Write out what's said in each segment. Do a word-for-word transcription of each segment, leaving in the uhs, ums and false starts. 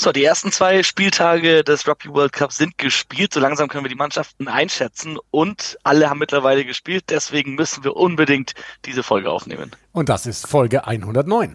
So, die ersten zwei Spieltage des Rugby World Cup sind gespielt. So langsam können wir die Mannschaften einschätzen und alle haben mittlerweile gespielt. Deswegen müssen wir unbedingt diese Folge aufnehmen. Und das ist Folge hundertneun.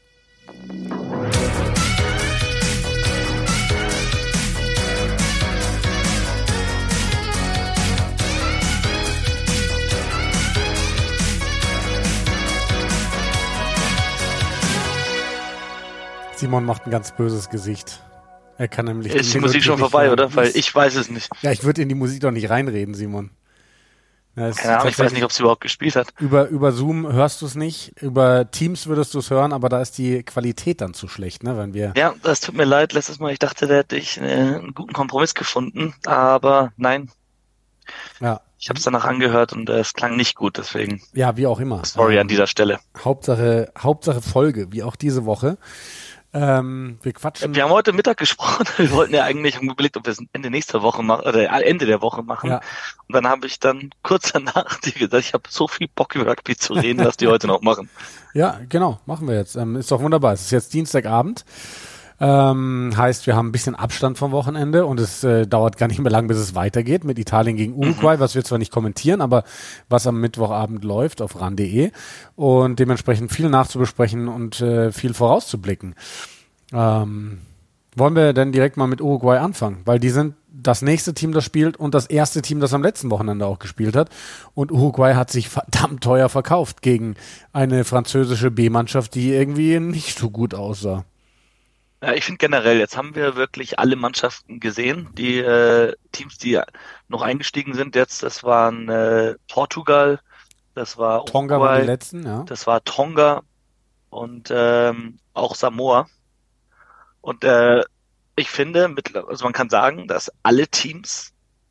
Simon macht ein ganz böses Gesicht. Er kann nämlich... Ist die Musik schon vorbei, oder? Weil ich weiß es nicht. Ja, ich würde in die Musik doch nicht reinreden, Simon. Ja, Keine Ahnung, ich weiß nicht, ob sie überhaupt gespielt hat. Über, über Zoom hörst du es nicht, über Teams würdest du es hören, aber da ist die Qualität dann zu schlecht, ne? Wenn wir ja, das tut mir leid. Letztes Mal, ich dachte, da hätte ich äh, einen guten Kompromiss gefunden, aber nein. Ja. Ich habe es danach angehört und äh, es klang nicht gut, deswegen. Ja, wie auch immer. Sorry ähm, an dieser Stelle. Hauptsache, Hauptsache Folge, wie auch diese Woche. Ähm, wir quatschen. Wir haben heute Mittag gesprochen. Wir wollten ja eigentlich, haben überlegt, ob wir es Ende nächster Woche machen, oder Ende der Woche machen. Ja. Und dann habe ich dann kurz danach dir gesagt, ich habe so viel Bock über Rugby zu reden, dass die heute noch machen. Ja, genau, machen wir jetzt. Ähm, ist doch wunderbar. Es ist jetzt Dienstagabend. Ähm, heißt, wir haben ein bisschen Abstand vom Wochenende und es äh, dauert gar nicht mehr lang, bis es weitergeht mit Italien gegen Uruguay, mhm. was wir zwar nicht kommentieren, aber was am Mittwochabend läuft auf ran punkt de und dementsprechend viel nachzubesprechen und äh, viel vorauszublicken. Ähm, wollen wir denn direkt mal mit Uruguay anfangen? Weil die sind das nächste Team, das spielt und das erste Team, das am letzten Wochenende auch gespielt hat. Und Uruguay hat sich verdammt teuer verkauft gegen eine französische B-Mannschaft, die irgendwie nicht so gut aussah. Ja, ich finde generell, jetzt haben wir wirklich alle Mannschaften gesehen. Die äh, Teams, die noch eingestiegen sind jetzt, das waren äh, Portugal, das war Tonga Uruguay, waren die letzten, ja. Das war Tonga und ähm, auch Samoa. Und äh, ich finde, also man kann sagen, dass alle Teams,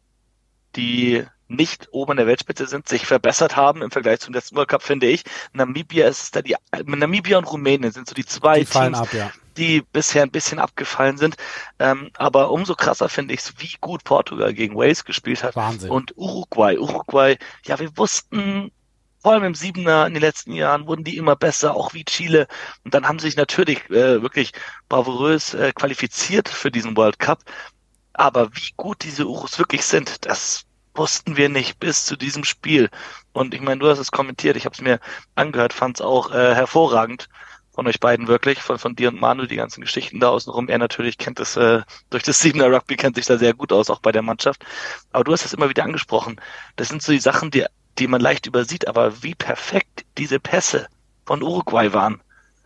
die nicht oben in der Weltspitze sind, sich verbessert haben im Vergleich zum letzten World Cup, finde ich. Namibia ist da die, Namibia und Rumänien sind so die zwei die Teams, ab, ja. die bisher ein bisschen abgefallen sind. Ähm, aber umso krasser finde ich es, wie gut Portugal gegen Wales gespielt hat. Wahnsinn. Und Uruguay, Uruguay, ja, wir wussten, vor allem im Siebener in den letzten Jahren wurden die immer besser, auch wie Chile. Und dann haben sie sich natürlich äh, wirklich bravourös äh, qualifiziert für diesen World Cup. Aber wie gut diese Urus wirklich sind, das wussten wir nicht bis zu diesem Spiel. Und ich meine, du hast es kommentiert, ich habe es mir angehört, fand es auch äh, hervorragend von euch beiden wirklich, von von dir und Manu, die ganzen Geschichten da außenrum. Er natürlich kennt es, äh, durch das Siebener Rugby kennt sich da sehr gut aus, auch bei der Mannschaft. Aber du hast es immer wieder angesprochen. Das sind so die Sachen, die die man leicht übersieht, aber wie perfekt diese Pässe von Uruguay waren.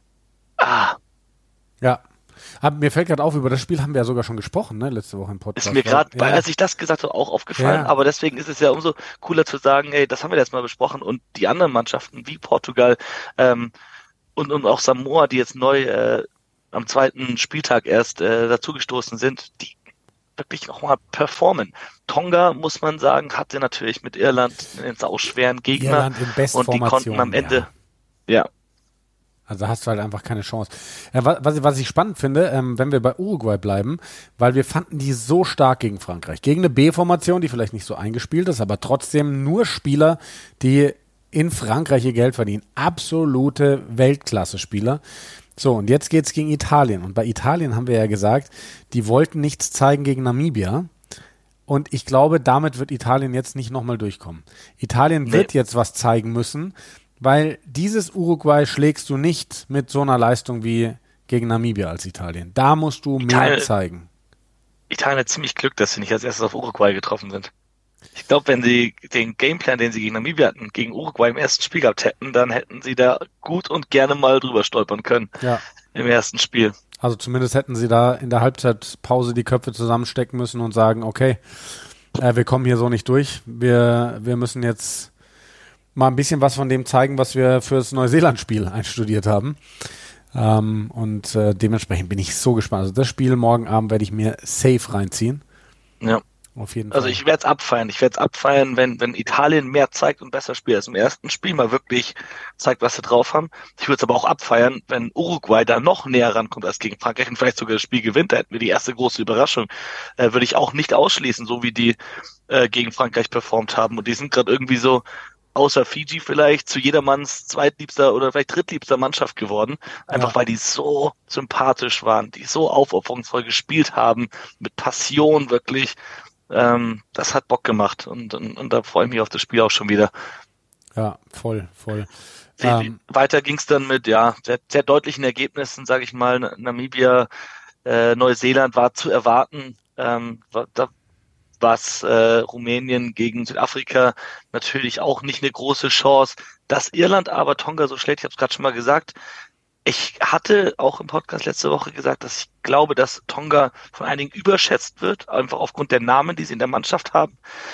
Ah. Ja. Aber mir fällt gerade auf, über das Spiel haben wir ja sogar schon gesprochen, ne, letzte Woche im Podcast. Ist mir gerade, ja. als ich das gesagt habe, auch aufgefallen, ja. Aber deswegen ist es ja umso cooler zu sagen, ey, das haben wir jetzt mal besprochen und die anderen Mannschaften wie Portugal ähm, und, und auch Samoa, die jetzt neu äh, am zweiten Spieltag erst äh, dazugestoßen sind, die wirklich nochmal performen. Tonga, muss man sagen, hatte natürlich mit Irland einen sauschweren Gegner. Irland in Bestformation, und die konnten am Ende, ja. ja. Also hast du halt einfach keine Chance. Ja, was, was ich spannend finde, ähm, wenn wir bei Uruguay bleiben, weil wir fanden die so stark gegen Frankreich. Gegen eine B-Formation, die vielleicht nicht so eingespielt ist, aber trotzdem nur Spieler, die in Frankreich ihr Geld verdienen. Absolute Weltklasse-Spieler. So, und jetzt geht's gegen Italien. Und bei Italien haben wir ja gesagt, die wollten nichts zeigen gegen Namibia. Und ich glaube, damit wird Italien jetzt nicht nochmal durchkommen. Italien nee. wird jetzt was zeigen müssen, weil dieses Uruguay schlägst du nicht mit so einer Leistung wie gegen Namibia als Italien. Da musst du Italien, mehr zeigen. Italien hat ziemlich Glück, dass sie nicht als erstes auf Uruguay getroffen sind. Ich glaube, wenn sie den Gameplan, den sie gegen Namibia hatten, gegen Uruguay im ersten Spiel gehabt hätten, dann hätten sie da gut und gerne mal drüber stolpern können. Ja. Im ersten Spiel. Also zumindest hätten sie da in der Halbzeitpause die Köpfe zusammenstecken müssen und sagen, okay, äh, wir kommen hier so nicht durch. Wir, wir müssen jetzt mal ein bisschen was von dem zeigen, was wir fürs Neuseeland-Spiel einstudiert haben. Ähm, und äh, dementsprechend bin ich so gespannt. Also das Spiel morgen Abend werde ich mir safe reinziehen. Ja. Auf jeden also Fall. ich werde es abfeiern. Ich werde es abfeiern, wenn wenn Italien mehr zeigt und besser spielt als im ersten Spiel, mal wirklich zeigt, was sie drauf haben. Ich würde es aber auch abfeiern, wenn Uruguay da noch näher rankommt als gegen Frankreich und vielleicht sogar das Spiel gewinnt. Da hätten wir die erste große Überraschung. Äh, würde ich auch nicht ausschließen, so wie die äh, gegen Frankreich performt haben. Und die sind gerade irgendwie so außer Fiji vielleicht, zu jedermanns zweitliebster oder vielleicht drittliebster Mannschaft geworden. Einfach Ja. weil die so sympathisch waren, die so aufopferungsvoll gespielt haben, mit Passion wirklich. Ähm, das hat Bock gemacht und, und, und da freue ich mich auf das Spiel auch schon wieder. Ja, voll, voll. Wie, Ähm, weiter ging es dann mit ja sehr, sehr deutlichen Ergebnissen, sage ich mal. Namibia, äh, Neuseeland war zu erwarten. Ähm, war, da, was äh, Rumänien gegen Südafrika natürlich auch nicht eine große Chance. Dass Irland aber Tonga so schlägt, ich habe es gerade schon mal gesagt. Ich hatte auch im Podcast letzte Woche gesagt, dass ich glaube, dass Tonga von einigen überschätzt wird, einfach aufgrund der Namen, die sie in der Mannschaft haben.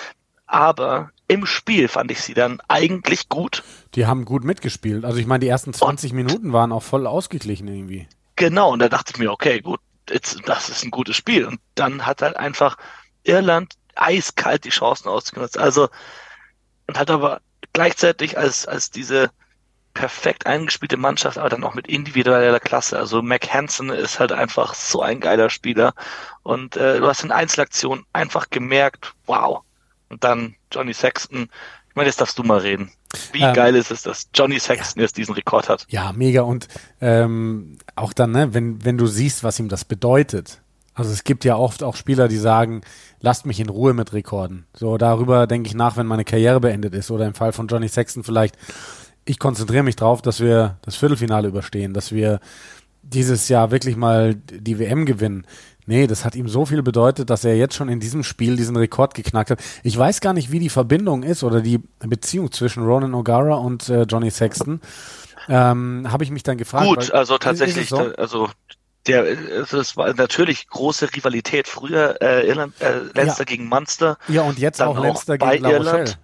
Aber im Spiel fand ich sie dann eigentlich gut. Die haben gut mitgespielt. Also ich meine, die ersten zwanzig Und Minuten waren auch voll ausgeglichen irgendwie. genau, und da dachte ich mir, okay, gut, jetzt, das ist ein gutes Spiel. Und dann hat halt einfach Irland eiskalt die Chancen ausgenutzt. Also, und hat aber gleichzeitig als, als diese perfekt eingespielte Mannschaft, aber dann auch mit individueller Klasse. Also Mac Hansen ist halt einfach so ein geiler Spieler. Und äh, du hast in Einzelaktionen einfach gemerkt, wow. Und dann Johnny Sexton. Ich meine, jetzt darfst du mal reden. Wie Ähm, geil ist es, dass Johnny Sexton jetzt diesen Rekord hat? Ja, mega. Und ähm, auch dann, ne, wenn, wenn du siehst, was ihm das bedeutet. Also es gibt ja oft auch Spieler, die sagen, lasst mich in Ruhe mit Rekorden. So, darüber denke ich nach, wenn meine Karriere beendet ist. Oder im Fall von Johnny Sexton vielleicht, ich konzentriere mich drauf, dass wir das Viertelfinale überstehen, dass wir dieses Jahr wirklich mal die W M gewinnen. Nee, das hat ihm so viel bedeutet, dass er jetzt schon in diesem Spiel diesen Rekord geknackt hat. Ich weiß gar nicht, wie die Verbindung ist oder die Beziehung zwischen Ronan O'Gara und äh, Johnny Sexton. Ähm, habe ich mich dann gefragt. Gut, weil, also tatsächlich, ist es so? da, also der, also es war natürlich große Rivalität früher, äh, Irland, äh, Leinster Ja. gegen Munster, Ja, und jetzt dann auch auch Leinster bei gegen La Rochelle. Irland,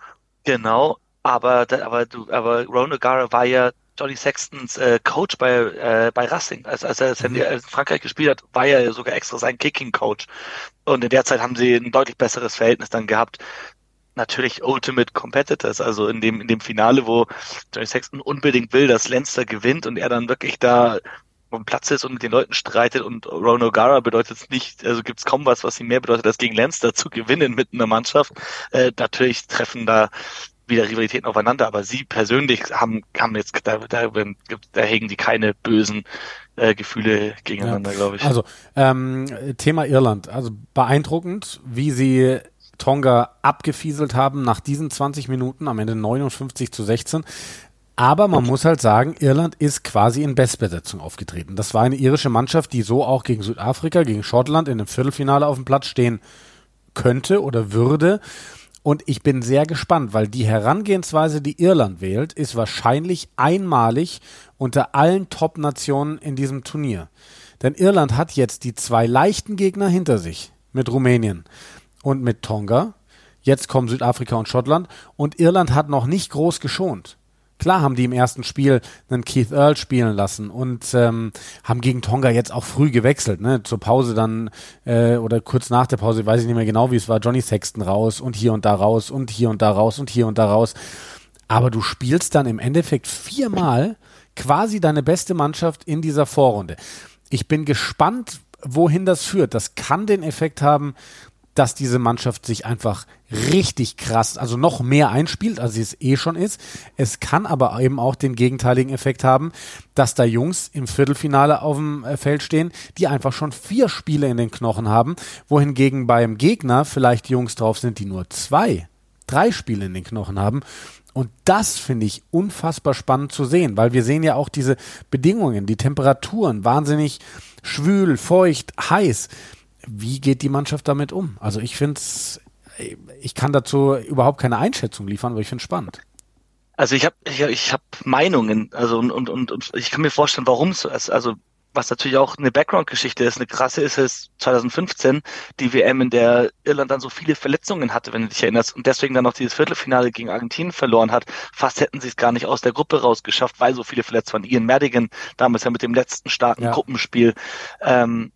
genau, aber, da, aber du, aber Ron O'Gara war ja Johnny Sextons äh, Coach bei, äh, bei Racing. Also als er Mhm. in Frankreich gespielt hat, war er sogar extra sein Kicking-Coach. Und in der Zeit haben sie ein deutlich besseres Verhältnis dann gehabt. Natürlich Ultimate Competitors, also in dem, in dem Finale, wo Johnny Sexton unbedingt will, dass Leinster gewinnt und er dann wirklich da am Platz ist und mit den Leuten streitet und Ron O'Gara bedeutet es nicht, also gibt es kaum was, was ihm mehr bedeutet, als gegen Leinster zu gewinnen mit einer Mannschaft. Äh, natürlich treffen da wieder Rivalitäten aufeinander, aber sie persönlich haben, haben jetzt, da, da, da hegen die keine bösen äh, Gefühle gegeneinander, Ja. glaube ich. Also, ähm, Thema Irland. Also beeindruckend, wie sie Tonga abgefieselt haben nach diesen zwanzig Minuten, am Ende neunundfünfzig zu sechzehn. Aber man muss halt sagen, Irland ist quasi in Bestbesetzung aufgetreten. Das war eine irische Mannschaft, die so auch gegen Südafrika, gegen Schottland in dem Viertelfinale auf dem Platz stehen könnte oder würde. Und ich bin sehr gespannt, weil die Herangehensweise, die Irland wählt, ist wahrscheinlich einmalig unter allen Top-Nationen in diesem Turnier. Denn Irland hat jetzt die zwei leichten Gegner hinter sich mit Rumänien und mit Tonga. Jetzt kommen Südafrika und Schottland. Und Irland hat noch nicht groß geschont. Klar haben die im ersten Spiel einen Keith Earl spielen lassen und ähm, haben gegen Tonga jetzt auch früh gewechselt, ne? Zur Pause dann äh, oder kurz nach der Pause, weiß ich nicht mehr genau, wie es war, Johnny Sexton raus und hier und da raus und hier und da raus und hier und da raus. Aber du spielst dann im Endeffekt viermal quasi deine beste Mannschaft in dieser Vorrunde. Ich bin gespannt, wohin das führt. Das kann den Effekt haben, dass diese Mannschaft sich einfach richtig krass, also noch mehr einspielt, als sie es eh schon ist. Es kann aber eben auch den gegenteiligen Effekt haben, dass da Jungs im Viertelfinale auf dem Feld stehen, die einfach schon vier Spiele in den Knochen haben, wohingegen beim Gegner vielleicht Jungs drauf sind, die nur zwei, drei Spiele in den Knochen haben. Und das finde ich unfassbar spannend zu sehen, weil wir sehen ja auch diese Bedingungen, die Temperaturen, wahnsinnig schwül, feucht, heiß. Wie geht die Mannschaft damit um? Also ich finde es, ich kann dazu überhaupt keine Einschätzung liefern, aber ich finde es spannend. Also ich habe ich, ich hab Meinungen, also und, und, und, und ich kann mir vorstellen, warum es so ist. Also was natürlich auch eine Background-Geschichte ist, eine krasse ist es zwanzig fünfzehn, die W M, in der Irland dann so viele Verletzungen hatte, wenn du dich erinnerst, und deswegen dann noch dieses Viertelfinale gegen Argentinien verloren hat. Fast hätten sie es gar nicht aus der Gruppe rausgeschafft, weil so viele verletzt waren. Ian Madigan, damals ja mit dem letzten starken Ja. Gruppenspiel. Ähm,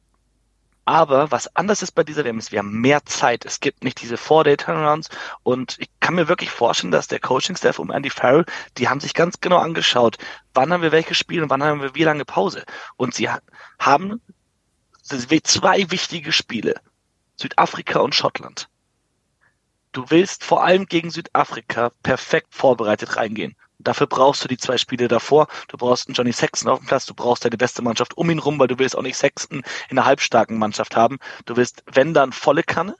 Aber was anders ist bei dieser W M ist, wir haben mehr Zeit. Es gibt nicht diese Four-Day-Turnarounds und ich kann mir wirklich vorstellen, dass der Coaching-Staff um Andy Farrell, die haben sich ganz genau angeschaut, wann haben wir welche Spiele und wann haben wir wie lange Pause. Und sie ha- haben zwei wichtige Spiele, Südafrika und Schottland. du willst vor allem gegen Südafrika perfekt vorbereitet reingehen. Dafür brauchst du die zwei Spiele davor. Du brauchst einen Johnny Sexton auf dem Platz. Du brauchst deine beste Mannschaft um ihn rum, weil du willst auch nicht Sexton in einer halbstarken Mannschaft haben. Du willst, wenn dann, volle Kanne.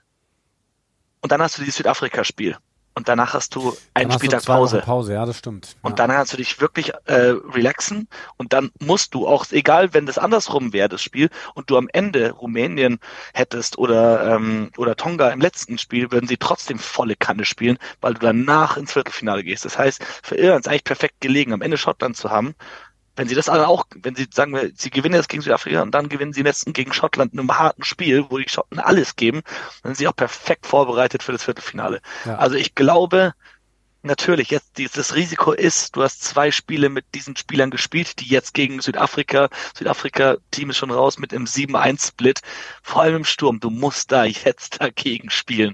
Und dann hast du dieses Südafrika-Spiel. Und danach hast du einen Spieltag Pause. Pause. Ja, das stimmt. Und ja. dann kannst du dich wirklich äh, relaxen. Und dann musst du auch, egal wenn das andersrum wäre, das Spiel, und du am Ende Rumänien hättest oder ähm, oder Tonga im letzten Spiel, würden sie trotzdem volle Kanne spielen, weil du danach ins Viertelfinale gehst. Das heißt, für Irland ist eigentlich perfekt gelegen, am Ende Schottland zu haben. Wenn sie das alle auch, wenn sie sagen wir, sie gewinnen jetzt gegen Südafrika und dann gewinnen sie im letzten gegen Schottland in einem harten Spiel, wo die Schotten alles geben, dann sind sie auch perfekt vorbereitet für das Viertelfinale. Ja. Also ich glaube, natürlich, jetzt dieses Risiko ist, du hast zwei Spiele mit diesen Spielern gespielt, die jetzt gegen Südafrika, Südafrika-Team ist schon raus mit einem sieben eins Split, vor allem im Sturm, du musst da jetzt dagegen spielen.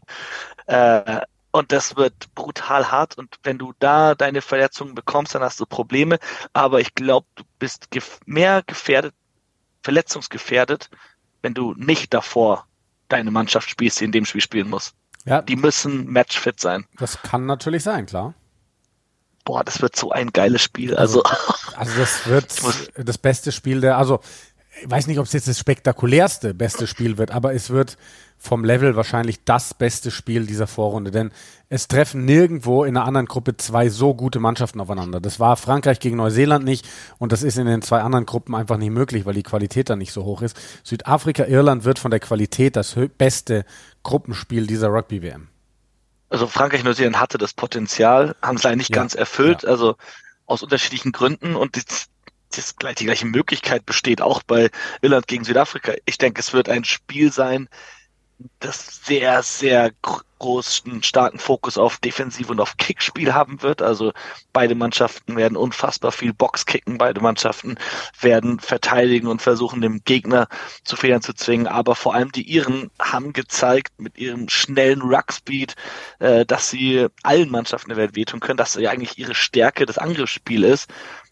Äh, Und das wird brutal hart. Und wenn du da deine Verletzungen bekommst, dann hast du Probleme. Aber ich glaube, du bist gef- mehr gefährdet, verletzungsgefährdet, wenn du nicht davor deine Mannschaft spielst, die in dem Spiel spielen muss. Ja. Die müssen matchfit sein. Das kann natürlich sein, klar. Boah, das wird so ein geiles Spiel. Also, also, also das wird das beste Spiel der, also ich weiß nicht, ob es jetzt das spektakulärste beste Spiel wird, aber es wird vom Level wahrscheinlich das beste Spiel dieser Vorrunde, denn es treffen nirgendwo in einer anderen Gruppe zwei so gute Mannschaften aufeinander. Das war Frankreich gegen Neuseeland nicht und das ist in den zwei anderen Gruppen einfach nicht möglich, weil die Qualität da nicht so hoch ist. Südafrika, Irland wird von der Qualität das beste Gruppenspiel dieser Rugby-W M. Also Frankreich, Neuseeland hatte das Potenzial, haben es leider nicht ja, ganz erfüllt, ja. also aus unterschiedlichen Gründen und die, das, die gleiche Möglichkeit besteht auch bei Irland gegen Südafrika. Ich denke, es wird ein Spiel sein, das sehr, sehr großen, starken Fokus auf Defensiv- und auf Kickspiel haben wird. Also beide Mannschaften werden unfassbar viel Box kicken, beide Mannschaften werden verteidigen und versuchen, dem Gegner zu Fehlern zu zwingen. Aber vor allem die Iren haben gezeigt mit ihrem schnellen Ruckspeed, äh, dass sie allen Mannschaften der Welt wehtun können, dass ja eigentlich ihre Stärke das Angriffsspiel ist.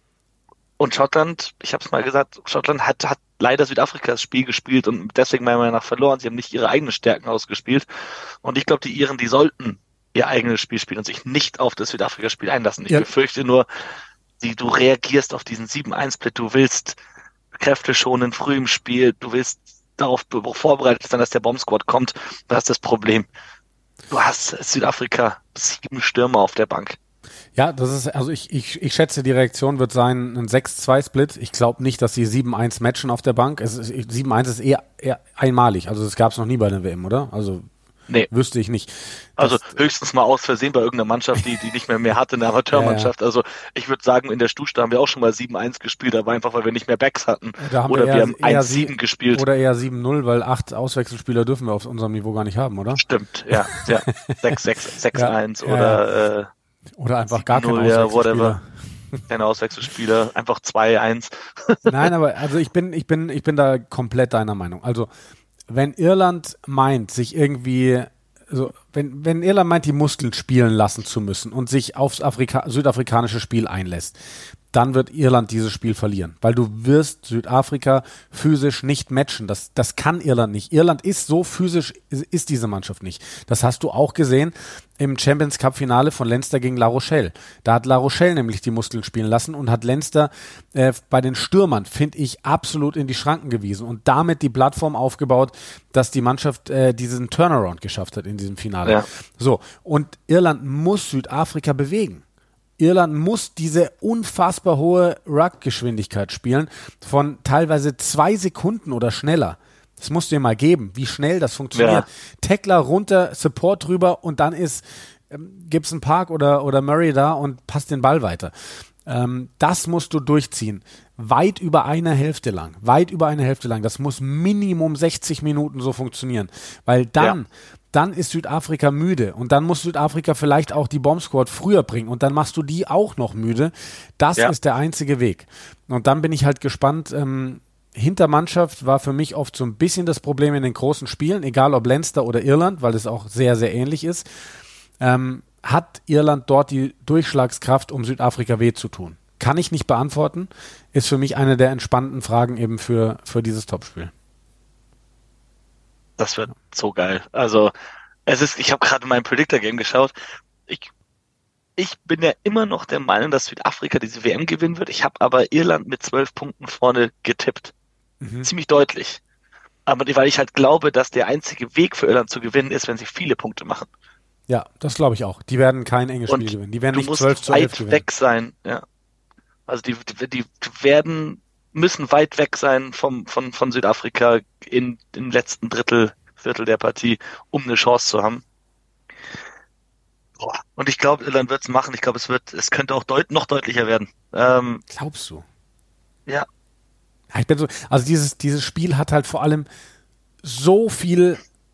Und Schottland, ich habe es mal gesagt, Schottland hat, hat leider Südafrikas Spiel gespielt und deswegen meiner Meinung nach verloren. Sie haben nicht ihre eigenen Stärken ausgespielt. Und ich glaube, die Iren, die sollten ihr eigenes Spiel spielen und sich nicht auf das Südafrika-Spiel einlassen. Ich ja. befürchte nur, die, du reagierst auf diesen sieben eins Split. Du willst Kräfte schonen früh im Spiel. Du willst darauf vorbereitet sein, dass der Bomb-Squad kommt. Das ist das Problem. Du hast Südafrika sieben Stürmer auf der Bank. Ja, das ist, also ich, ich, ich schätze, die Reaktion wird sein, ein sechs zwei Split. Ich glaube nicht, dass sie sieben eins matchen auf der Bank. Es ist, sieben eins ist eher, eher einmalig. Also das gab es noch nie bei der W M, oder? Also nee. Wüsste ich nicht. Also höchstens mal aus Versehen bei irgendeiner Mannschaft, die die nicht mehr mehr hatte, eine Amateurmannschaft. Ja, ja. Also ich würde sagen, in der Stuttgart haben wir auch schon mal sieben eins gespielt, aber einfach, weil wir nicht mehr Backs hatten. Haben oder wir, eher, wir haben eins sieben gespielt. Oder eher sieben null, weil acht Auswechselspieler dürfen wir auf unserem Niveau gar nicht haben, oder? Stimmt, ja. ja. sechs sechs, sechs eins ja, oder... Ja. Äh, Oder einfach gar kein Auswechselspieler. Keine Auswechselspieler, einfach zwei eins. Nein, aber also ich bin, ich bin, ich bin da komplett deiner Meinung. Also wenn Irland meint, sich irgendwie, also wenn, wenn Irland meint, die Muskeln spielen lassen zu müssen und sich aufs Afrika- südafrikanische Spiel einlässt, dann wird Irland dieses Spiel verlieren, weil du wirst Südafrika physisch nicht matchen. Das, das kann Irland nicht. Irland ist so physisch, ist diese Mannschaft nicht. Das hast du auch gesehen im Champions Cup Finale von Leinster gegen La Rochelle. Da hat La Rochelle nämlich die Muskeln spielen lassen und hat Leinster äh, bei den Stürmern, finde ich, absolut in die Schranken gewiesen und damit die Plattform aufgebaut, dass die Mannschaft äh, diesen Turnaround geschafft hat in diesem Finale. Ja. So, und Irland muss Südafrika bewegen. Irland muss diese unfassbar hohe Ruck-Geschwindigkeit spielen von teilweise zwei Sekunden oder schneller. Das musst du dir mal geben, wie schnell das funktioniert. Ja. Tackler runter, Support drüber und dann ist ähm, Gibson Park oder, oder Murray da und passt den Ball weiter. Ähm, das musst du durchziehen. Weit über eine Hälfte lang. Weit über eine Hälfte lang. Das muss Minimum sechzig Minuten so funktionieren. Weil dann... Ja. Dann ist Südafrika müde und dann muss Südafrika vielleicht auch die Bomb Squad früher bringen und dann machst du die auch noch müde. Das ja. ist der einzige Weg. Und dann bin ich halt gespannt. Ähm, Hintermannschaft war für mich oft so ein bisschen das Problem in den großen Spielen, egal ob Leinster oder Irland, weil es auch sehr, sehr ähnlich ist. Ähm, hat Irland dort die Durchschlagskraft, um Südafrika weh zu tun? Kann ich nicht beantworten. Ist für mich eine der entspannten Fragen eben für, für dieses Topspiel. Das wird so geil. Also Es ist, ich habe gerade mein Predictor-Game geschaut. Ich, ich bin ja immer noch der Meinung, dass Südafrika diese W M gewinnen wird. Ich habe aber Irland mit zwölf Punkten vorne getippt. Mhm. Ziemlich deutlich. Aber weil ich halt glaube, dass der einzige Weg für Irland zu gewinnen ist, wenn sie viele Punkte machen. Ja, das glaube ich auch. Die werden kein enges Spiel Und gewinnen. Die werden du nicht musst zwölf zu elf weit gewinnen. weg sein, ja. Also die, die, die werden, müssen weit weg sein vom, von, von Südafrika in, im letzten Drittel, Viertel der Partie, um eine Chance zu haben. Boah. Und ich glaube, Irland wird es machen. Ich glaube, es wird, es könnte auch deut noch deutlicher werden. Ähm, Glaubst du? ja, Ja, ich bin so, also dieses, dieses Spiel hat halt vor allem so viel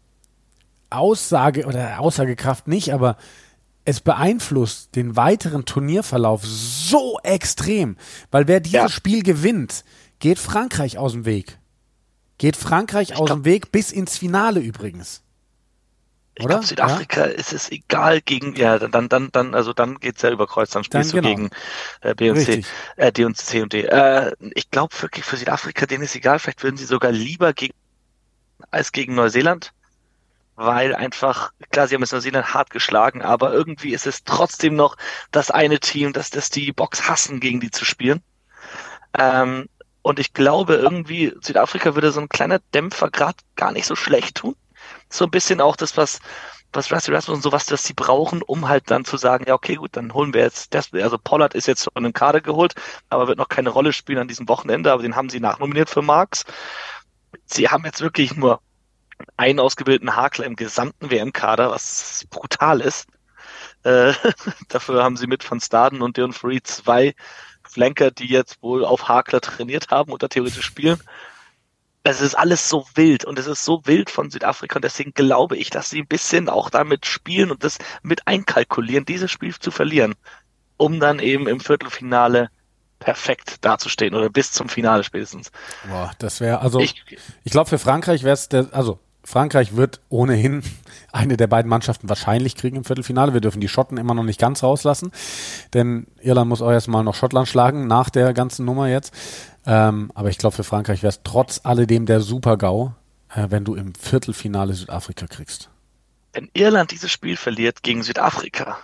Aussage oder Aussagekraft nicht, aber es beeinflusst den weiteren Turnierverlauf so extrem, weil wer dieses Ja. Spiel gewinnt, geht Frankreich aus dem Weg. Geht Frankreich Ich aus glaub- dem Weg bis ins Finale übrigens. ich Oder? glaube, Südafrika ist es egal gegen, ja, dann, dann, dann, also dann geht's ja über Kreuz, dann spielst Dann du genau. gegen äh, B und C, Richtig. äh, D und C und D. Äh, ich glaube wirklich für Südafrika, denen ist egal, vielleicht würden sie sogar lieber gegen als gegen Neuseeland, weil einfach, klar, sie haben jetzt Neuseeland hart geschlagen, aber irgendwie ist es trotzdem noch das eine Team, dass das die Box hassen, gegen die zu spielen. Ähm, und ich glaube irgendwie, Südafrika würde so ein kleiner Dämpfer gerade gar nicht so schlecht tun. So ein bisschen auch das, was, was Rasty Rasmus und sowas, was sie brauchen, um halt dann zu sagen, ja, okay, gut, dann holen wir jetzt das, also Pollard ist jetzt von einem Kader geholt, aber wird noch keine Rolle spielen an diesem Wochenende, aber den haben sie nachnominiert für Marx. Sie haben jetzt wirklich nur einen ausgebildeten Hakler im gesamten W M-Kader, was brutal ist. Äh, dafür haben sie mit Van Staden und Deon Free zwei Flanker, die jetzt wohl auf Hakler trainiert haben und da theoretisch spielen. Es ist alles so wild und es ist so wild von Südafrika und deswegen glaube ich, dass sie ein bisschen auch damit spielen und das mit einkalkulieren, dieses Spiel zu verlieren, um dann eben im Viertelfinale perfekt dazustehen oder bis zum Finale spätestens. Boah, das wäre, also ich, Ich, ich glaube für Frankreich wäre es der, also Frankreich wird ohnehin eine der beiden Mannschaften wahrscheinlich kriegen im Viertelfinale. Wir dürfen die Schotten immer noch nicht ganz rauslassen, denn Irland muss auch erstmal noch Schottland schlagen nach der ganzen Nummer jetzt. Ähm, aber ich glaube für Frankreich wäre es trotz alledem der Super-GAU, äh, wenn du im Viertelfinale Südafrika kriegst. wenn Irland dieses Spiel verliert gegen Südafrika,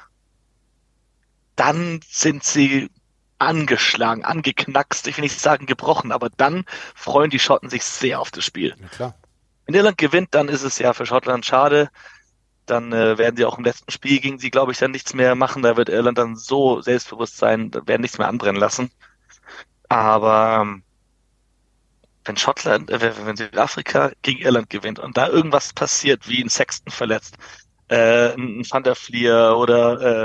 dann sind sie angeschlagen, angeknackst, ich will nicht sagen gebrochen, aber dann freuen die Schotten sich sehr auf das Spiel. Ja, klar. Wenn Irland gewinnt, dann ist es ja für Schottland schade. Dann äh, werden sie auch im letzten Spiel gegen sie, glaube ich, dann nichts mehr machen. Da wird Irland dann so selbstbewusst sein, da werden nichts mehr anbrennen lassen. Aber ähm, wenn Schottland, äh, wenn Südafrika gegen Irland gewinnt und da irgendwas passiert, wie ein Sexton verletzt, äh, ein Van der Flier oder äh,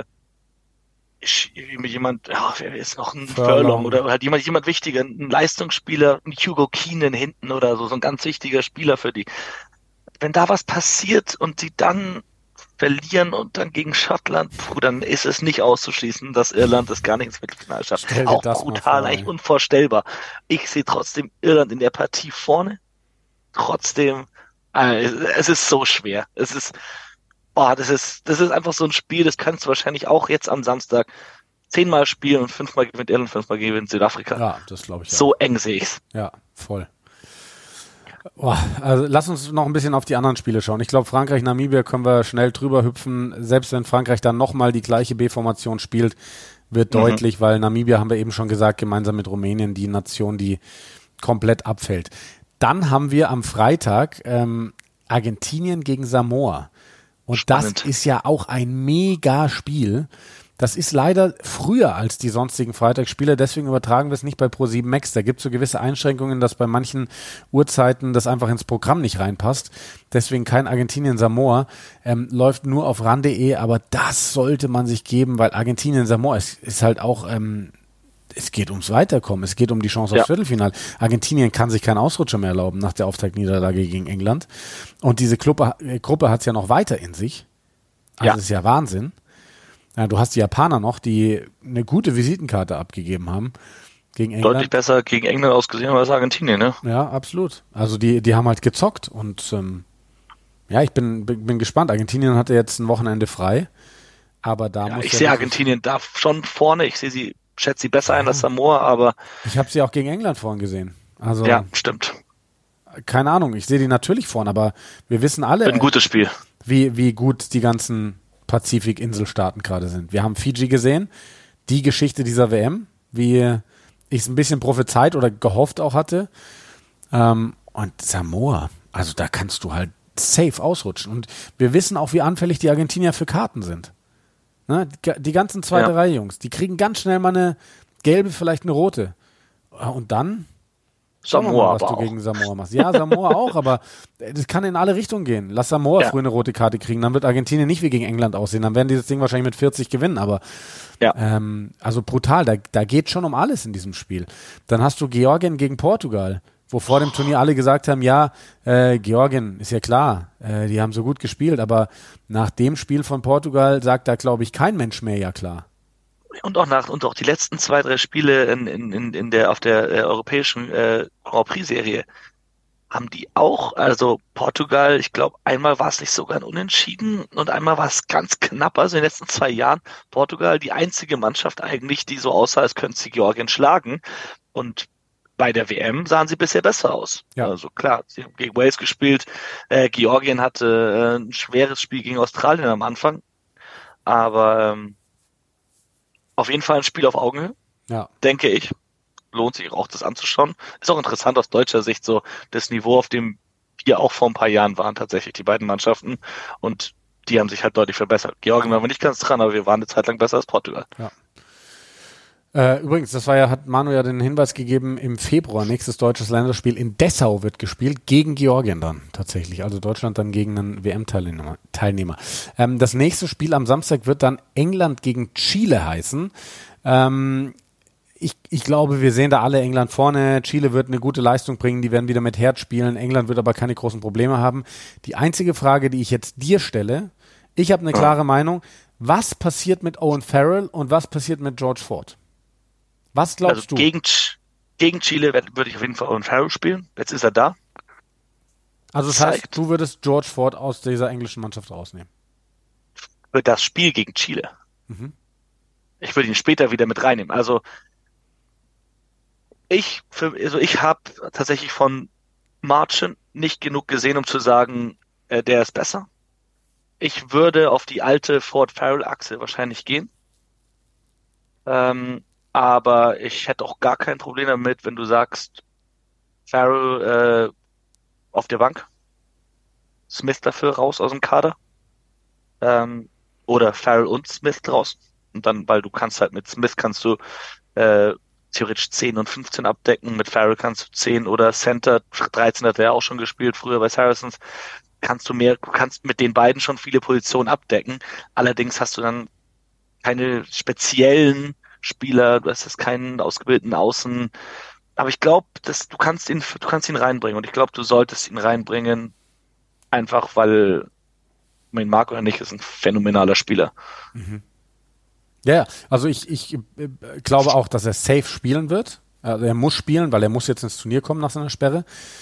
jemand, ja, wer ist noch ein Furlong. Furlong oder halt jemand, jemand wichtiger, ein Leistungsspieler, ein Hugo Keenan hinten oder so, so ein ganz wichtiger Spieler für die. Wenn da was passiert und sie dann verlieren und dann gegen Schottland, puh, dann ist es nicht auszuschließen, dass Irland das gar nicht ins Viertelfinale schafft. Stell dir Auch das mal brutal, vor, eigentlich ey. unvorstellbar. Ich sehe trotzdem Irland in der Partie vorne. Trotzdem, äh, es ist so schwer. Es ist, boah, das ist, das ist einfach so ein Spiel, das kannst du wahrscheinlich auch jetzt am Samstag zehnmal spielen und fünfmal gewinnt Irland, fünfmal gewinnt Südafrika. Ja, das glaube ich auch. So eng sehe ich's. Ja, voll. Boah, also lass uns noch ein bisschen auf die anderen Spiele schauen. Ich glaube, Frankreich, Namibia können wir schnell drüber hüpfen. Selbst wenn Frankreich dann nochmal die gleiche B-Formation spielt, wird Mhm. deutlich, weil Namibia, haben wir eben schon gesagt, gemeinsam mit Rumänien die Nation, die komplett abfällt. Dann haben wir am Freitag ähm, Argentinien gegen Samoa. Und Spannend. das ist ja auch ein Mega-Spiel. Das ist leider früher als die sonstigen Freitagsspiele, deswegen übertragen wir es nicht bei Pro sieben Max. Da gibt es so gewisse Einschränkungen, dass bei manchen Uhrzeiten das einfach ins Programm nicht reinpasst. Deswegen kein Argentinien-Samoa, ähm, läuft nur auf ran punkt de, aber das sollte man sich geben, weil Argentinien-Samoa ist, ist halt auch, ähm, es geht ums Weiterkommen, es geht um die Chance aufs Ja. Viertelfinale. Argentinien kann sich keinen Ausrutscher mehr erlauben nach der Auftaktniederlage gegen England. Und diese Gruppe, äh, Gruppe hat es ja noch weiter in sich. Also Ja. das ist ja Wahnsinn. Ja, du hast die Japaner noch, die eine gute Visitenkarte abgegeben haben gegen England. Deutlich besser gegen England ausgesehen als Argentinien, ne? Ja, absolut. Also die, die haben halt gezockt und ähm, ja, ich bin, bin, bin gespannt. Argentinien hatte jetzt ein Wochenende frei, aber da Ja, muss ich ja sehe wirklich- Argentinien da schon vorne. Ich sehe sie, schätze sie besser ein als Samoa, aber Ich habe sie auch gegen England vorhin gesehen. Also ja, stimmt. keine Ahnung, ich sehe die natürlich vorn, aber wir wissen alle, ein gutes Spiel. Wie, wie gut die ganzen Pazifik-Inselstaaten gerade sind. Wir haben Fiji gesehen, die Geschichte dieser W M, wie ich es ein bisschen prophezeit oder gehofft auch hatte. Ähm, und Samoa, also da kannst du halt safe ausrutschen. Und wir wissen auch, wie anfällig die Argentinier für Karten sind. Ne? Die, die ganzen zweite Ja. Reihe Jungs, die kriegen ganz schnell mal eine gelbe, vielleicht eine rote. Und dann schauen wir Samoa mal, was aber du auch. gegen Samoa machst. Ja, Samoa auch, aber das kann in alle Richtungen gehen. Lass Samoa Ja. früh eine rote Karte kriegen, dann wird Argentinien nicht wie gegen England aussehen. Dann werden die das Ding wahrscheinlich mit vierzig gewinnen, aber Ja. ähm, also brutal, da, da geht schon um alles in diesem Spiel. Dann hast du Georgien gegen Portugal, wo vor dem Turnier alle gesagt haben, ja, äh, Georgien, ist ja klar, äh, die haben so gut gespielt, aber nach dem Spiel von Portugal sagt da, glaube ich, kein Mensch mehr, ja klar. Und auch nach und auch die letzten zwei, drei Spiele in, in, in, in der auf der äh, europäischen äh, Grand Prix-Serie haben die auch, also Portugal, ich glaube, einmal war es nicht sogar ein Unentschieden und einmal war es ganz knapp. Also in den letzten zwei Jahren Portugal die einzige Mannschaft eigentlich, die so aussah, als könnte sie Georgien schlagen. Und bei der W M sahen sie bisher besser aus. Ja. Also klar, sie haben gegen Wales gespielt. Äh, Georgien hatte äh, ein schweres Spiel gegen Australien am Anfang. Aber ähm, auf jeden Fall ein Spiel auf Augenhöhe, Ja. denke ich. Lohnt sich auch, das anzuschauen. Ist auch interessant aus deutscher Sicht, so das Niveau, auf dem wir auch vor ein paar Jahren waren, tatsächlich, die beiden Mannschaften. Und die haben sich halt deutlich verbessert. Georgien waren wir nicht ganz dran, aber wir waren eine Zeit lang besser als Portugal. Ja. Äh, übrigens, das war ja, hat Manu ja den Hinweis gegeben, im Februar, nächstes deutsches Länderspiel in Dessau wird gespielt, gegen Georgien dann tatsächlich. Also Deutschland dann gegen einen W M-Teilnehmer. Teilnehmer. Ähm, das nächste Spiel am Samstag wird dann England gegen Chile heißen. Ähm, ich, ich glaube, wir sehen da alle England vorne. Chile wird eine gute Leistung bringen, die werden wieder mit Herz spielen. England wird aber keine großen Probleme haben. Die einzige Frage, die ich jetzt dir stelle, ich habe eine klare Meinung, was passiert mit Owen Farrell und was passiert mit George Ford? Was glaubst Also du? gegen, gegen Chile würde ich auf jeden Fall Owen Farrell spielen. Jetzt ist er da. Also das zeigt. heißt, du würdest George Ford aus dieser englischen Mannschaft rausnehmen. Für das Spiel gegen Chile. Mhm. Ich würde ihn später wieder mit reinnehmen. Also ich, für, also ich habe tatsächlich von Marchand nicht genug gesehen, um zu sagen, äh, der ist besser. Ich würde auf die alte Ford-Farrell-Achse wahrscheinlich gehen. Ähm, aber ich hätte auch gar kein Problem damit, wenn du sagst, Farrell äh, auf der Bank, Smith dafür raus aus dem Kader. Ähm, oder Farrell und Smith draußen. Und dann, weil du kannst halt mit Smith kannst du äh, theoretisch zehn und fünfzehn abdecken, mit Farrell kannst du zehn oder Center, dreizehn hat er auch schon gespielt, früher bei Saracens, kannst du mehr, du kannst mit den beiden schon viele Positionen abdecken. Allerdings hast du dann keine speziellen Spieler, du hast jetzt keinen ausgebildeten Außen. Aber ich glaube, dass du kannst ihn, du kannst ihn reinbringen und ich glaube, du solltest ihn reinbringen, einfach weil man ihn mag oder nicht, ist ein phänomenaler Spieler. Mhm. Ja, also ich, ich äh, glaube auch, dass er safe spielen wird. Also er muss spielen, weil er muss jetzt ins Turnier kommen nach seiner Sperre.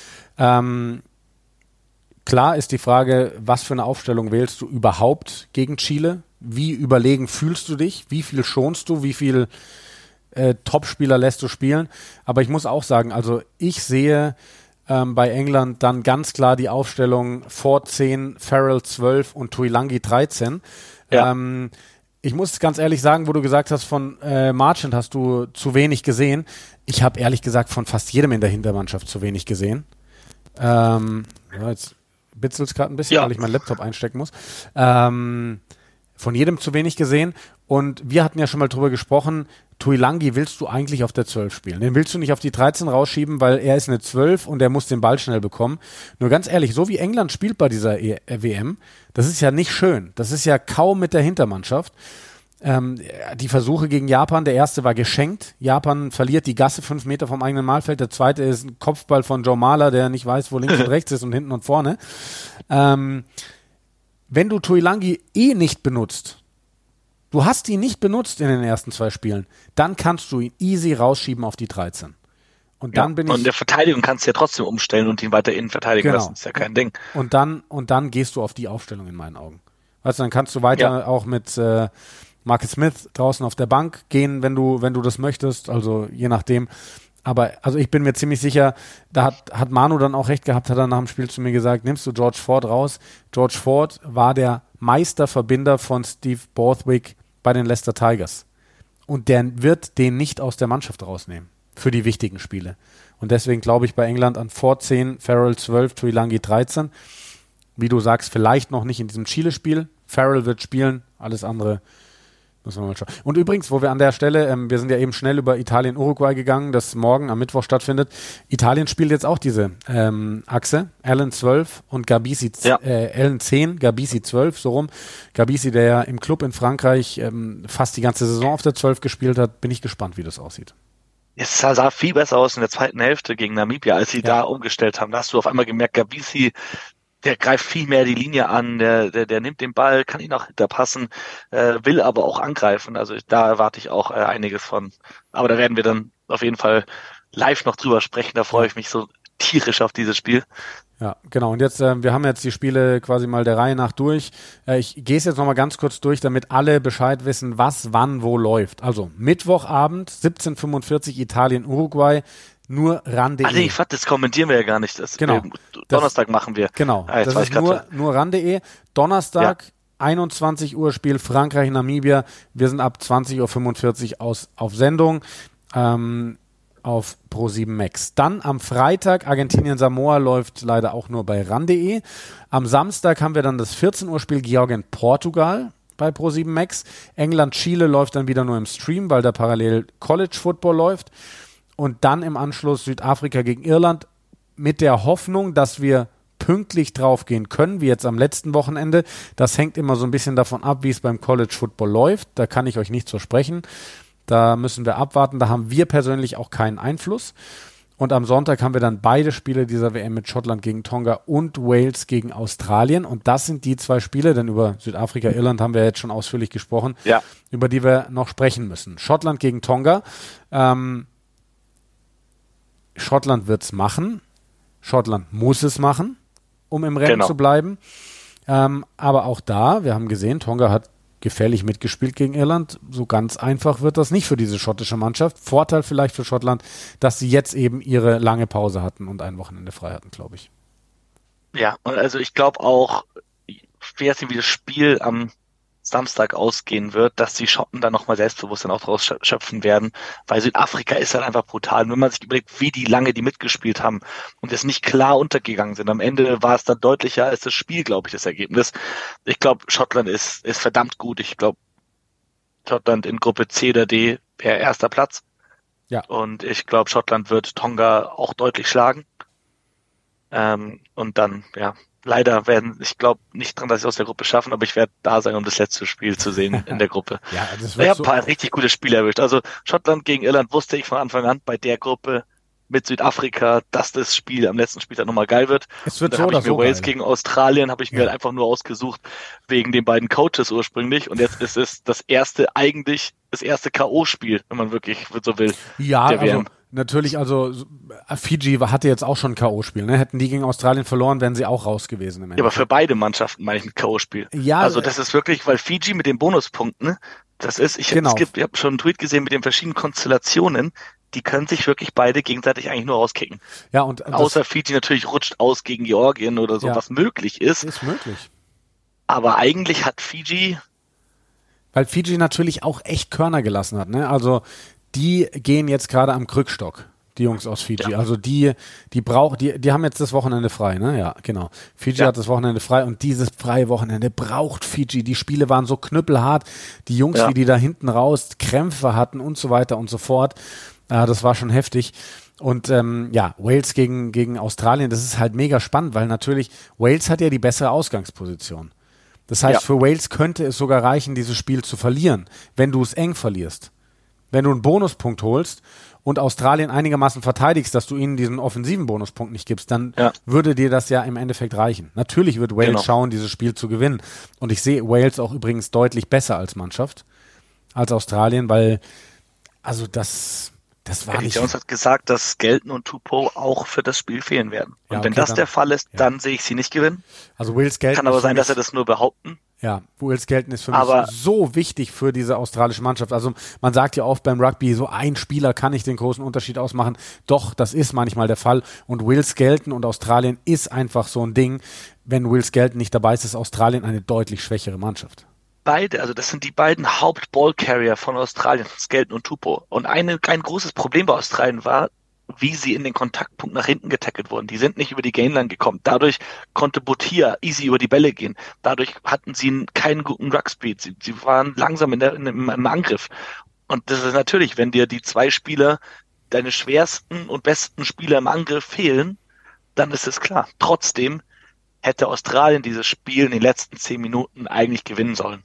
Ähm, klar ist die Frage, was für eine Aufstellung wählst du überhaupt gegen Chile? Wie überlegen fühlst du dich? Wie viel schonst du? Wie viel äh, Topspieler lässt du spielen? Aber ich muss auch sagen, also ich sehe ähm, bei England dann ganz klar die Aufstellung Ford zehn, Farrell zwölf und Tuilagi dreizehn. Ja. Ähm, ich muss ganz ehrlich sagen, wo du gesagt hast, von äh, Marchand hast du zu wenig gesehen. Ich habe ehrlich gesagt von fast jedem in der Hintermannschaft zu wenig gesehen. Ähm, ja, jetzt bitzelt es gerade ein bisschen, Ja. weil ich meinen Laptop einstecken muss. Ähm, von jedem zu wenig gesehen. Und wir hatten ja schon mal drüber gesprochen, Tuilagi willst du eigentlich auf der zwölf spielen. Den willst du nicht auf die dreizehn rausschieben, weil er ist eine zwölf und er muss den Ball schnell bekommen. Nur ganz ehrlich, so wie England spielt bei dieser e- W M, das ist ja nicht schön. Das ist ja kaum mit der Hintermannschaft. Ähm, die Versuche gegen Japan, der erste war geschenkt. Japan verliert die Gasse fünf Meter vom eigenen Mahlfeld. Der zweite ist ein Kopfball von Joe Mahler, der nicht weiß, wo links und rechts ist und hinten und vorne. Ähm, wenn du Tuilagi eh nicht benutzt, du hast ihn nicht benutzt in den ersten zwei Spielen, dann kannst du ihn easy rausschieben auf die dreizehn. Und dann Ja. bin Und ich. in der Verteidigung kannst du ja trotzdem umstellen und ihn weiter innen verteidigen Genau. lassen. Ist ja kein Ding. Und dann, und dann gehst du auf die Aufstellung in meinen Augen. Weißt du, dann kannst du weiter Ja. auch mit äh, Marcus Smith draußen auf der Bank gehen, wenn du, wenn du das möchtest. Also je nachdem. Aber also ich bin mir ziemlich sicher, da hat, hat Manu dann auch recht gehabt, hat er nach dem Spiel zu mir gesagt, nimmst du George Ford raus? George Ford war der Meisterverbinder von Steve Borthwick bei den Leicester Tigers. Und der wird den nicht aus der Mannschaft rausnehmen für die wichtigen Spiele. Und deswegen glaube ich bei England an Ford zehn, Farrell zwölf, Tuilagi dreizehn. Wie du sagst, vielleicht noch nicht in diesem Chile-Spiel. Farrell wird spielen, alles andere müssen wir mal schauen. Und übrigens, wo wir an der Stelle, ähm, wir sind ja eben schnell über Italien-Uruguay gegangen, das morgen am Mittwoch stattfindet. Italien spielt jetzt auch diese ähm, Achse. Allen zwölf und Gabisi, ja. äh, Allen zehn, Gabisi zwölf, so rum. Gabisi, der ja im Club in Frankreich ähm, fast die ganze Saison auf der zwölf gespielt hat, bin ich gespannt, wie das aussieht. Es sah, sah viel besser aus in der zweiten Hälfte gegen Namibia, als sie Ja. da umgestellt haben. Da hast du auf einmal gemerkt, Gabisi, der greift viel mehr die Linie an, der, der, der nimmt den Ball, kann ihn auch hinterpassen, äh, will aber auch angreifen. Also da erwarte ich auch äh, einiges von. Aber da werden wir dann auf jeden Fall live noch drüber sprechen. Da freue ich mich so tierisch auf dieses Spiel. Ja, genau. Und jetzt, äh, wir haben jetzt die Spiele quasi mal der Reihe nach durch. Äh, ich gehe es jetzt nochmal ganz kurz durch, damit alle Bescheid wissen, was wann wo läuft. Also Mittwochabend, siebzehn Uhr fünfundvierzig, Italien-Uruguay. Nur ran.de. Ah nee, ich das kommentieren wir ja gar nicht. Das, Genau. wir, Donnerstag das, machen wir. Genau, ah, das ist nur, nur ran.de. Donnerstag, ja. einundzwanzig Uhr Spiel Frankreich-Namibia. Wir sind ab zwanzig Uhr fünfundvierzig aus, auf Sendung ähm, auf Pro sieben Max. Dann am Freitag Argentinien-Samoa läuft leider auch nur bei ran.de. Am Samstag haben wir dann das vierzehn Uhr Spiel Georgien-Portugal bei Pro sieben Max. England-Chile läuft dann wieder nur im Stream, weil da parallel College-Football läuft. Und dann im Anschluss Südafrika gegen Irland mit der Hoffnung, dass wir pünktlich draufgehen können, wie jetzt am letzten Wochenende. Das hängt immer so ein bisschen davon ab, wie es beim College Football läuft. Da kann ich euch nicht versprechen. Da müssen wir abwarten. Da haben wir persönlich auch keinen Einfluss. Und am Sonntag haben wir dann beide Spiele dieser W M mit Schottland gegen Tonga und Wales gegen Australien. Und das sind die zwei Spiele, denn über Südafrika, Irland haben wir jetzt schon ausführlich gesprochen, ja. über die wir noch sprechen müssen. Schottland gegen Tonga. Ähm, Schottland wird es machen. Schottland muss es machen, um im Rennen genau. zu bleiben. Ähm, aber auch da, wir haben gesehen, Tonga hat gefährlich mitgespielt gegen Irland. So ganz einfach wird das nicht für diese schottische Mannschaft. Vorteil vielleicht für Schottland, dass sie jetzt eben ihre lange Pause hatten und ein Wochenende frei hatten, glaube ich. Ja, und also ich glaube auch, wie das Spiel am Samstag ausgehen wird, dass die Schotten da nochmal Selbstbewusstsein auch draus schöpfen werden, weil Südafrika ist halt einfach brutal. Und wenn man sich überlegt, wie die lange die mitgespielt haben und es nicht klar untergegangen sind, am Ende war es dann deutlicher als das Spiel, glaube ich, das Ergebnis. Ich glaube, Schottland ist ist verdammt gut. Ich glaube, Schottland in Gruppe C oder D wäre erster Platz. Ja. Und ich glaube, Schottland wird Tonga auch deutlich schlagen. Ähm, und dann, ja, leider werden, ich glaube nicht dran, dass sie aus der Gruppe schaffen, aber ich werde da sein, um das letzte Spiel zu sehen in der Gruppe. Ja, das wird ich habe so ein paar richtig gute Spiele erwischt. Also Schottland gegen Irland wusste ich von Anfang an bei der Gruppe mit Südafrika, dass das Spiel am letzten Spieltag nochmal geil wird. Es wird dann so habe oder ich mir so Wales geil. gegen Australien habe ich mir Ja. halt einfach nur ausgesucht wegen den beiden Coaches ursprünglich und jetzt ist es das erste eigentlich das erste K O-Spiel, wenn man wirklich so will. Ja, der W M. also natürlich, also Fiji hatte jetzt auch schon ein K O-Spiel, ne? Hätten die gegen Australien verloren, wären sie auch raus gewesen. Im Ja, aber für beide Mannschaften meine ich ein K O-Spiel. Ja, also das ist wirklich, weil Fiji mit den Bonuspunkten, das ist, ich, Genau. es gibt, ich habe schon einen Tweet gesehen mit den verschiedenen Konstellationen, die können sich wirklich beide gegenseitig eigentlich nur rauskicken. Ja, und das Außer Fiji natürlich rutscht aus gegen Georgien oder so, Ja. was möglich ist. ist möglich. Aber eigentlich hat Fiji, Weil Fiji natürlich auch echt Körner gelassen hat, ne? Also die gehen jetzt gerade am Krückstock, die Jungs aus Fiji. Ja. Also die, die brauchen, die, die haben jetzt das Wochenende frei, ne? Ja, genau. Fiji Ja. hat das Wochenende frei und dieses freie Wochenende braucht Fiji. Die Spiele waren so knüppelhart. Die Jungs, Ja. wie die da hinten raus Krämpfe hatten und so weiter und so fort. Äh, das war schon heftig. Und ähm, ja, Wales gegen, gegen Australien, das ist halt mega spannend, weil natürlich Wales hat ja die bessere Ausgangsposition. Das heißt, Ja. für Wales könnte es sogar reichen, dieses Spiel zu verlieren, wenn du es eng verlierst. Wenn du einen Bonuspunkt holst und Australien einigermaßen verteidigst, dass du ihnen diesen offensiven Bonuspunkt nicht gibst, dann Ja. würde dir das ja im Endeffekt reichen. Natürlich wird Wales Genau. schauen, dieses Spiel zu gewinnen. Und ich sehe Wales auch übrigens deutlich besser als Mannschaft, als Australien, weil, also das, das war Eddie nicht... Jones hat gesagt, dass Skelton und Tupou auch für das Spiel fehlen werden. Und Ja, wenn okay, das dann- der Fall ist, ja. dann sehe ich sie nicht gewinnen. Also Will Skelton Kann aber ist für sein, dass er mich- das nur behaupten. Ja, Will Skelton ist für Aber mich so wichtig für diese australische Mannschaft. Also man sagt ja oft beim Rugby, so ein Spieler kann nicht den großen Unterschied ausmachen. Doch, das ist manchmal der Fall. Und Will Skelton und Australien ist einfach so ein Ding. Wenn Will Skelton nicht dabei ist, ist Australien eine deutlich schwächere Mannschaft. beide, also das sind die beiden Haupt-Ballcarrier von Australien, Skelton und Tupou. Und eine, ein großes Problem bei Australien war, wie sie in den Kontaktpunkt nach hinten getackelt wurden. Die sind nicht über die Gainline gekommen. Dadurch konnte Botia easy über die Bälle gehen. Dadurch hatten sie keinen guten Ruckspeed. Sie, sie waren langsam in der, in, im, im Angriff. Und das ist natürlich, wenn dir die zwei Spieler, deine schwersten und besten Spieler im Angriff fehlen, dann ist es klar. Trotzdem hätte Australien dieses Spiel in den letzten zehn Minuten eigentlich gewinnen sollen.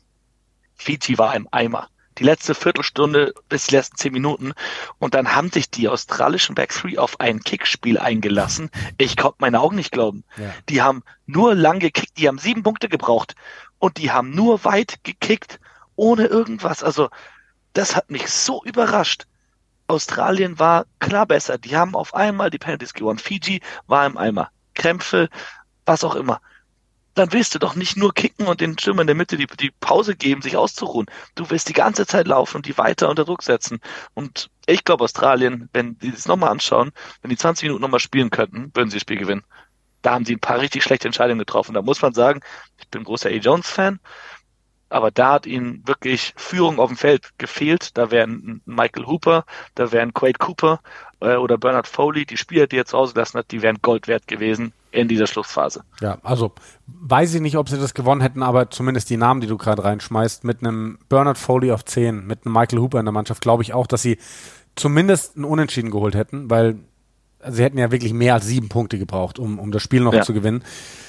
Fiji war im Eimer. Die letzte Viertelstunde bis die letzten zehn Minuten. Und dann haben sich die australischen Back Three auf ein Kickspiel eingelassen. Ich konnte meine Augen nicht glauben. Ja. Die haben nur lang gekickt. Die haben sieben Punkte gebraucht. Und die haben nur weit gekickt, ohne irgendwas. Also, das hat mich so überrascht. Australien war klar besser. Die haben auf einmal die Penalties gewonnen. Fiji war im Eimer. Krämpfe, was auch immer. Dann willst du doch nicht nur kicken und den Stürmer in der Mitte die, die Pause geben, sich auszuruhen. Du willst die ganze Zeit laufen und die weiter unter Druck setzen. Und ich glaube, Australien, wenn die das nochmal anschauen, wenn die zwanzig Minuten nochmal spielen könnten, würden sie das Spiel gewinnen. Da haben sie ein paar richtig schlechte Entscheidungen getroffen. Da muss man sagen, ich bin ein großer A. Jones-Fan, aber da hat ihnen wirklich Führung auf dem Feld gefehlt. Da wären Michael Hooper, da wären Quade Cooper äh, oder Bernard Foley, die Spieler, die er zu Hause gelassen hat, die wären Gold wert gewesen in dieser Schlussphase. Ja, also weiß ich nicht, ob sie das gewonnen hätten, aber zumindest die Namen, die du gerade reinschmeißt, mit einem Bernard Foley auf zehn, mit einem Michael Hooper in der Mannschaft, glaube ich auch, dass sie zumindest einen Unentschieden geholt hätten, weil sie hätten ja wirklich mehr als sieben Punkte gebraucht, um, um das Spiel noch ja. zu gewinnen.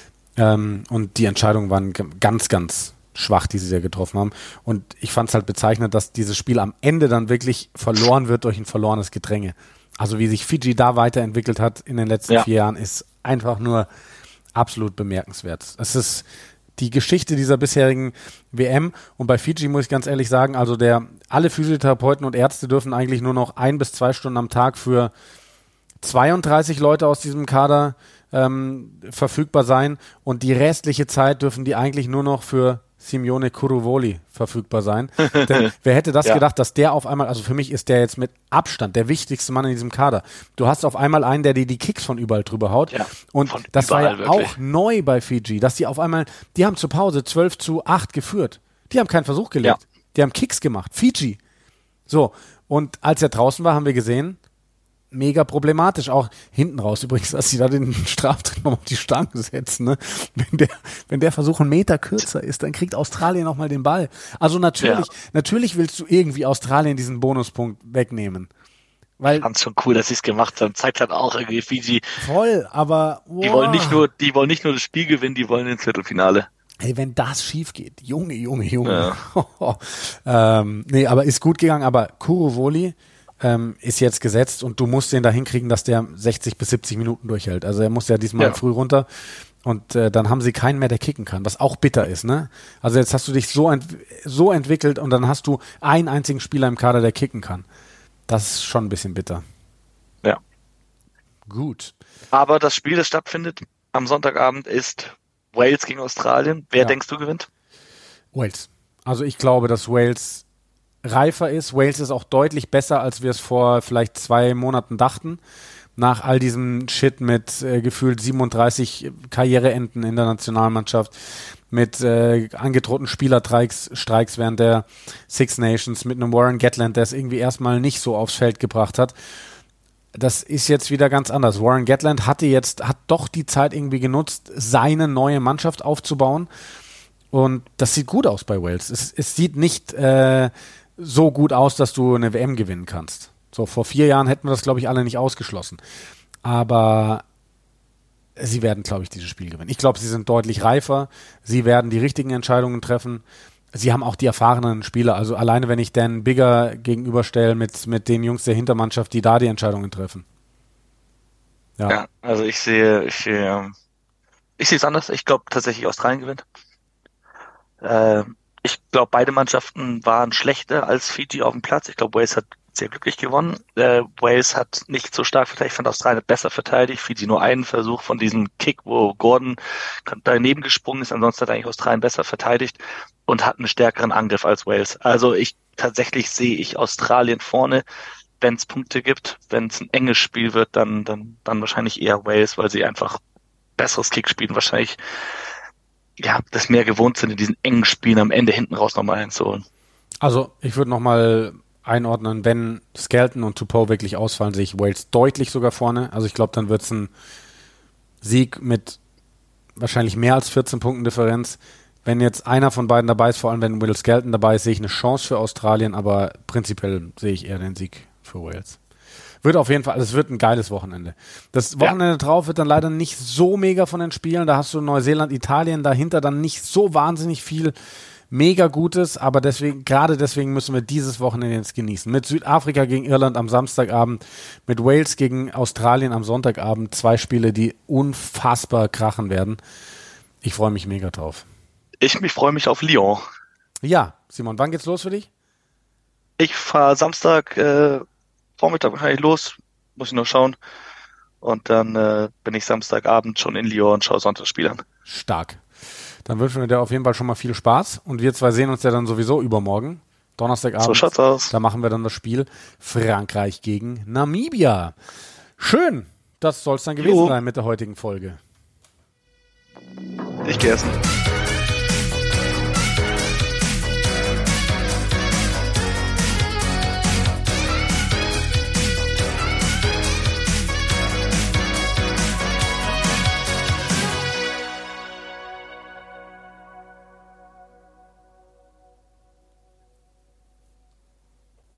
Ähm, und die Entscheidungen waren ganz, ganz schwach, die sie ja getroffen haben. Und ich fand es halt bezeichnend, dass dieses Spiel am Ende dann wirklich verloren wird durch ein verlorenes Gedränge. Also wie sich Fiji da weiterentwickelt hat in den letzten ja. vier Jahren, ist einfach nur absolut bemerkenswert. Es ist die Geschichte dieser bisherigen W M und bei Fiji muss ich ganz ehrlich sagen, also der alle Physiotherapeuten und Ärzte dürfen eigentlich nur noch ein bis zwei Stunden am Tag für zweiunddreißig Leute aus diesem Kader ähm, verfügbar sein und die restliche Zeit dürfen die eigentlich nur noch für Simeone Kuruvoli verfügbar sein. Denn wer hätte das ja. gedacht, dass der auf einmal, also für mich ist der jetzt mit Abstand der wichtigste Mann in diesem Kader. Du hast auf einmal einen, der dir die Kicks von überall drüber haut. Ja, und das war ja wirklich auch neu bei Fiji, dass die auf einmal, die haben zur Pause zwölf zu acht geführt. Die haben keinen Versuch gelegt. Ja. Die haben Kicks gemacht. Fiji. So. Und als er draußen war, haben wir gesehen, mega problematisch, auch hinten raus übrigens, dass sie da den Straftritt noch auf die Stange setzen. Ne? Wenn der, wenn der Versuch einen Meter kürzer ist, dann kriegt Australien nochmal den Ball. Also natürlich, ja. natürlich willst du irgendwie Australien diesen Bonuspunkt wegnehmen. Weil, ich fand's schon cool, dass sie es gemacht haben. Zeigt halt auch irgendwie Fiji. Voll, aber wow. Die wollen nicht nur, die wollen nicht nur das Spiel gewinnen, die wollen ins Viertelfinale. Hey, wenn das schief geht, Junge, Junge, Junge. Ja. ähm, nee, aber ist gut gegangen, aber Kuruvoli Ähm, ist jetzt gesetzt und du musst den da hinkriegen, dass der sechzig bis siebzig Minuten durchhält. Also er muss ja diesmal ja. früh runter und äh, dann haben sie keinen mehr, der kicken kann, was auch bitter ist, ne? Also jetzt hast du dich so, ent- so entwickelt und dann hast du einen einzigen Spieler im Kader, der kicken kann. Das ist schon ein bisschen bitter. Ja. Gut. Aber das Spiel, das stattfindet am Sonntagabend, ist Wales gegen Australien. Wer ja. denkst du gewinnt? Wales. Also ich glaube, dass Wales reifer ist. Wales ist auch deutlich besser, als wir es vor vielleicht zwei Monaten dachten. Nach all diesem Shit mit äh, gefühlt siebenunddreißig Karriereenden in der Nationalmannschaft, mit äh, angedrohten Spielerstreiks Streiks während der Six Nations, mit einem Warren Gatland, der es irgendwie erstmal nicht so aufs Feld gebracht hat. Das ist jetzt wieder ganz anders. Warren Gatland hatte jetzt, hat doch die Zeit irgendwie genutzt, seine neue Mannschaft aufzubauen. Und das sieht gut aus bei Wales. Es, es sieht nicht äh, so gut aus, dass du eine W M gewinnen kannst. So, vor vier Jahren hätten wir das, glaube ich, alle nicht ausgeschlossen. Aber sie werden, glaube ich, dieses Spiel gewinnen. Ich glaube, sie sind deutlich reifer. Sie werden die richtigen Entscheidungen treffen. Sie haben auch die erfahrenen Spieler. Also alleine, wenn ich Dan Bigger gegenüberstelle mit, mit den Jungs der Hintermannschaft, die da die Entscheidungen treffen. Ja, ja also ich sehe, ich sehe, ich sehe es anders. Ich glaube tatsächlich, Australien gewinnt. Äh, Ich glaube, beide Mannschaften waren schlechter als Fiji auf dem Platz. Ich glaube, Wales hat sehr glücklich gewonnen. Äh, Wales hat nicht so stark verteidigt, ich fand Australien besser verteidigt. Fiji nur einen Versuch von diesem Kick, wo Gordon daneben gesprungen ist. Ansonsten hat eigentlich Australien besser verteidigt und hat einen stärkeren Angriff als Wales. Also ich tatsächlich sehe ich Australien vorne, wenn es Punkte gibt. Wenn es ein enges Spiel wird, dann, dann, dann wahrscheinlich eher Wales, weil sie einfach besseres Kick spielen, wahrscheinlich ja, das mehr gewohnt sind, in diesen engen Spielen am Ende hinten raus nochmal einzuholen. Also ich würde nochmal einordnen, wenn Skelton und Tupou wirklich ausfallen, sehe ich Wales deutlich sogar vorne. Also ich glaube, dann wird es ein Sieg mit wahrscheinlich mehr als vierzehn Punkten Differenz. Wenn jetzt einer von beiden dabei ist, vor allem wenn Will Skelton dabei ist, sehe ich eine Chance für Australien, aber prinzipiell sehe ich eher den Sieg für Wales. Wird auf jeden Fall, es wird ein geiles Wochenende. Das Wochenende ja. drauf wird dann leider nicht so mega von den Spielen. Da hast du Neuseeland, Italien, dahinter dann nicht so wahnsinnig viel mega Gutes, aber deswegen, gerade deswegen müssen wir dieses Wochenende jetzt genießen. Mit Südafrika gegen Irland am Samstagabend, mit Wales gegen Australien am Sonntagabend. Zwei Spiele, die unfassbar krachen werden. Ich freue mich mega drauf. Ich mich freue mich auf Lyon. Ja, Simon, wann geht's los für dich? Ich fahre Samstag äh, Vormittag wahrscheinlich los, muss ich noch schauen. Und dann äh, bin ich Samstagabend schon in Lyon und schaue Sonntagsspiel an. Stark. Dann wünschen wir dir auf jeden Fall schon mal viel Spaß. Und wir zwei sehen uns ja dann sowieso übermorgen, Donnerstagabend. So schaut's aus. Da machen wir dann das Spiel Frankreich gegen Namibia. Schön. Das soll es dann gewesen jo. sein mit der heutigen Folge. Ich gehe essen.